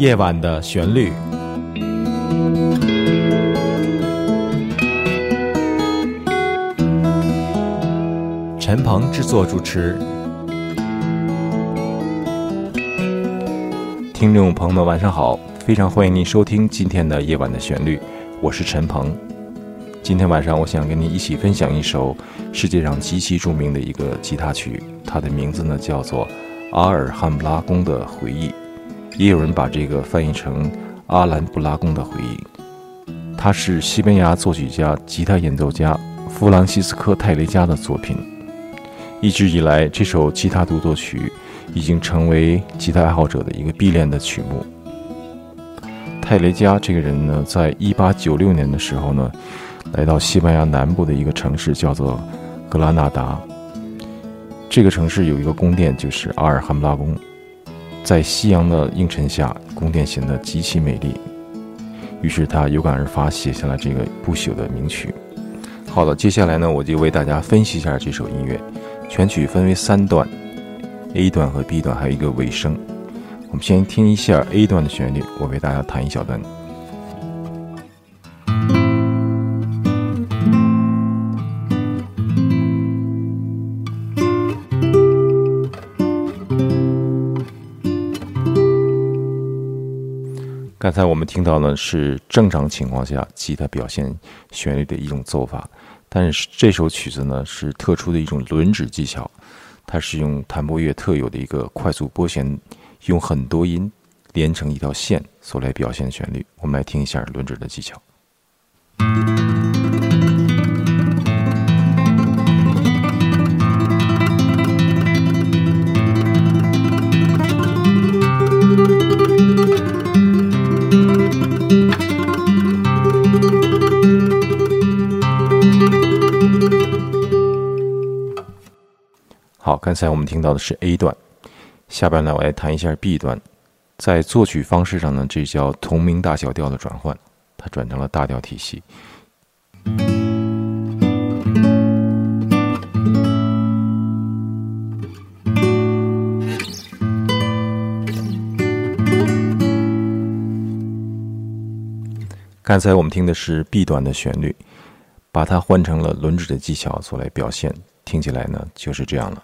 夜晚的旋律。陈鹏制作主持。听众朋友们晚上好，非常欢迎您收听今天的夜晚的旋律，我是陈鹏。今天晚上我想跟您一起分享一首世界上极其著名的一个吉他曲，它的名字呢叫做阿尔汉布拉宫的回忆，也有人把这个翻译成阿兰布拉宫的回忆。它是西班牙作曲家、吉他演奏家弗朗西斯科·泰雷加的作品。一直以来，这首吉他独奏曲已经成为吉他爱好者的一个必练的曲目。泰雷加这个人呢，在1896年的时候呢，来到西班牙南部的一个城市叫做格拉纳达。这个城市有一个宫殿，就是阿尔汉布拉宫，在夕阳的映衬下，宫殿显得极其美丽。于是他有感而发，写下了这个不朽的名曲。好了，接下来呢，我就为大家分析一下这首音乐。全曲分为3段， A 段和 B 段，还有一个尾声。我们先听一下 A 段的旋律，我为大家弹一小段。刚才我们听到呢是正常情况下吉他表现旋律的一种奏法，但是这首曲子呢是特殊的一种轮指技巧，它是用弹拨乐特有的一个快速拨弦，用很多音连成一条线所来表现旋律。我们来听一下轮指的技巧。好，刚才我们听到的是 A 段，下边呢我来弹一下 B 段。在作曲方式上呢，这叫同名大小调的转换，它转成了大调体系。刚才我们听的是 B 段的旋律，把它换成了轮指的技巧所来表现，听起来呢就是这样了。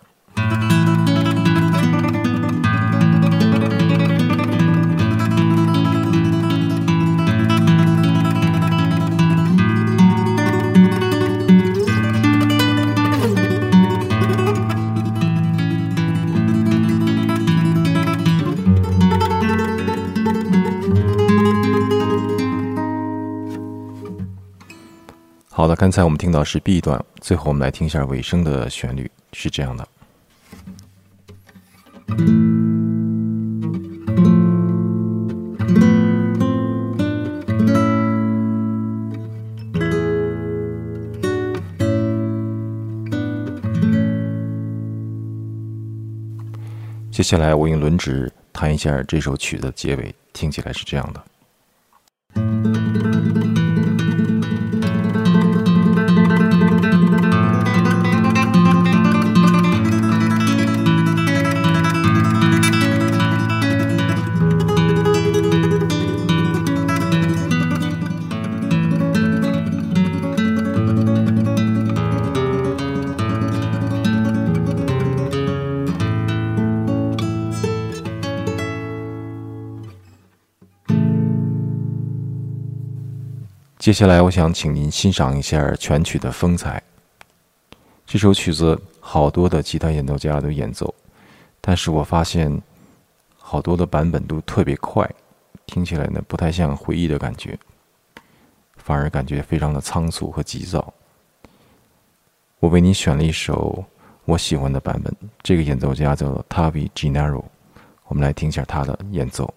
好的，刚才我们听到是 B 段，最后我们来听一下尾声的旋律，是这样的。接下来我用轮指弹一下这首曲的结尾，听起来是这样的。接下来我想请您欣赏一下全曲的风采。这首曲子好多的吉他演奏家都演奏，但是我发现好多的版本都特别快，听起来呢不太像回忆的感觉，反而感觉非常的仓促和急躁。我为您选了一首我喜欢的版本，这个演奏家叫做 Tavi Gennaro， 我们来听一下他的演奏。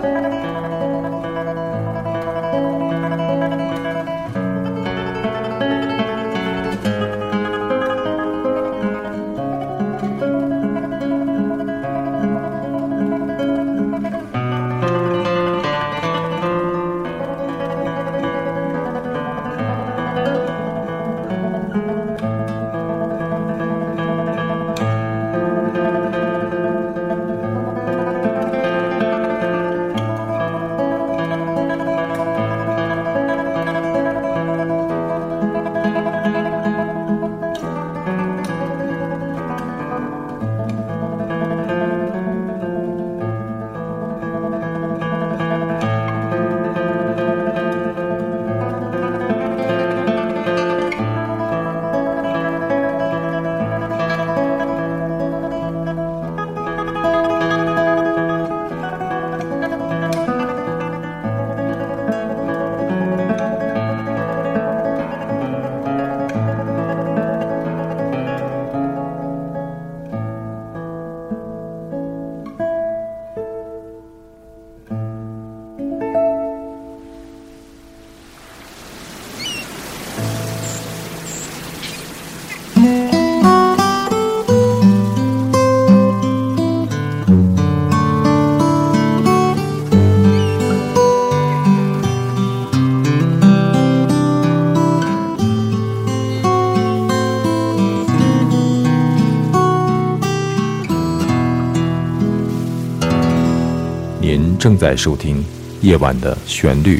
您正在收听《夜晚的旋律》。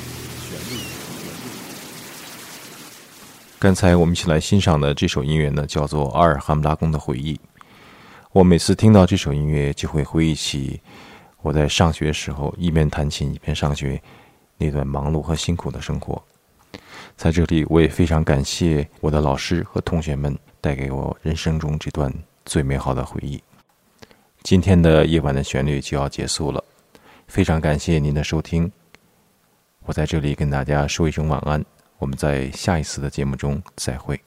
刚才我们一起来欣赏的这首音乐呢，叫做《阿尔汉布拉宫的回忆》。我每次听到这首音乐，就会回忆起我在上学时候一边弹琴一边上学那段忙碌和辛苦的生活。在这里，我也非常感谢我的老师和同学们带给我人生中这段最美好的回忆。今天的夜晚的旋律就要结束了，非常感谢您的收听。我在这里跟大家说一声晚安，我们在下一次的节目中再会。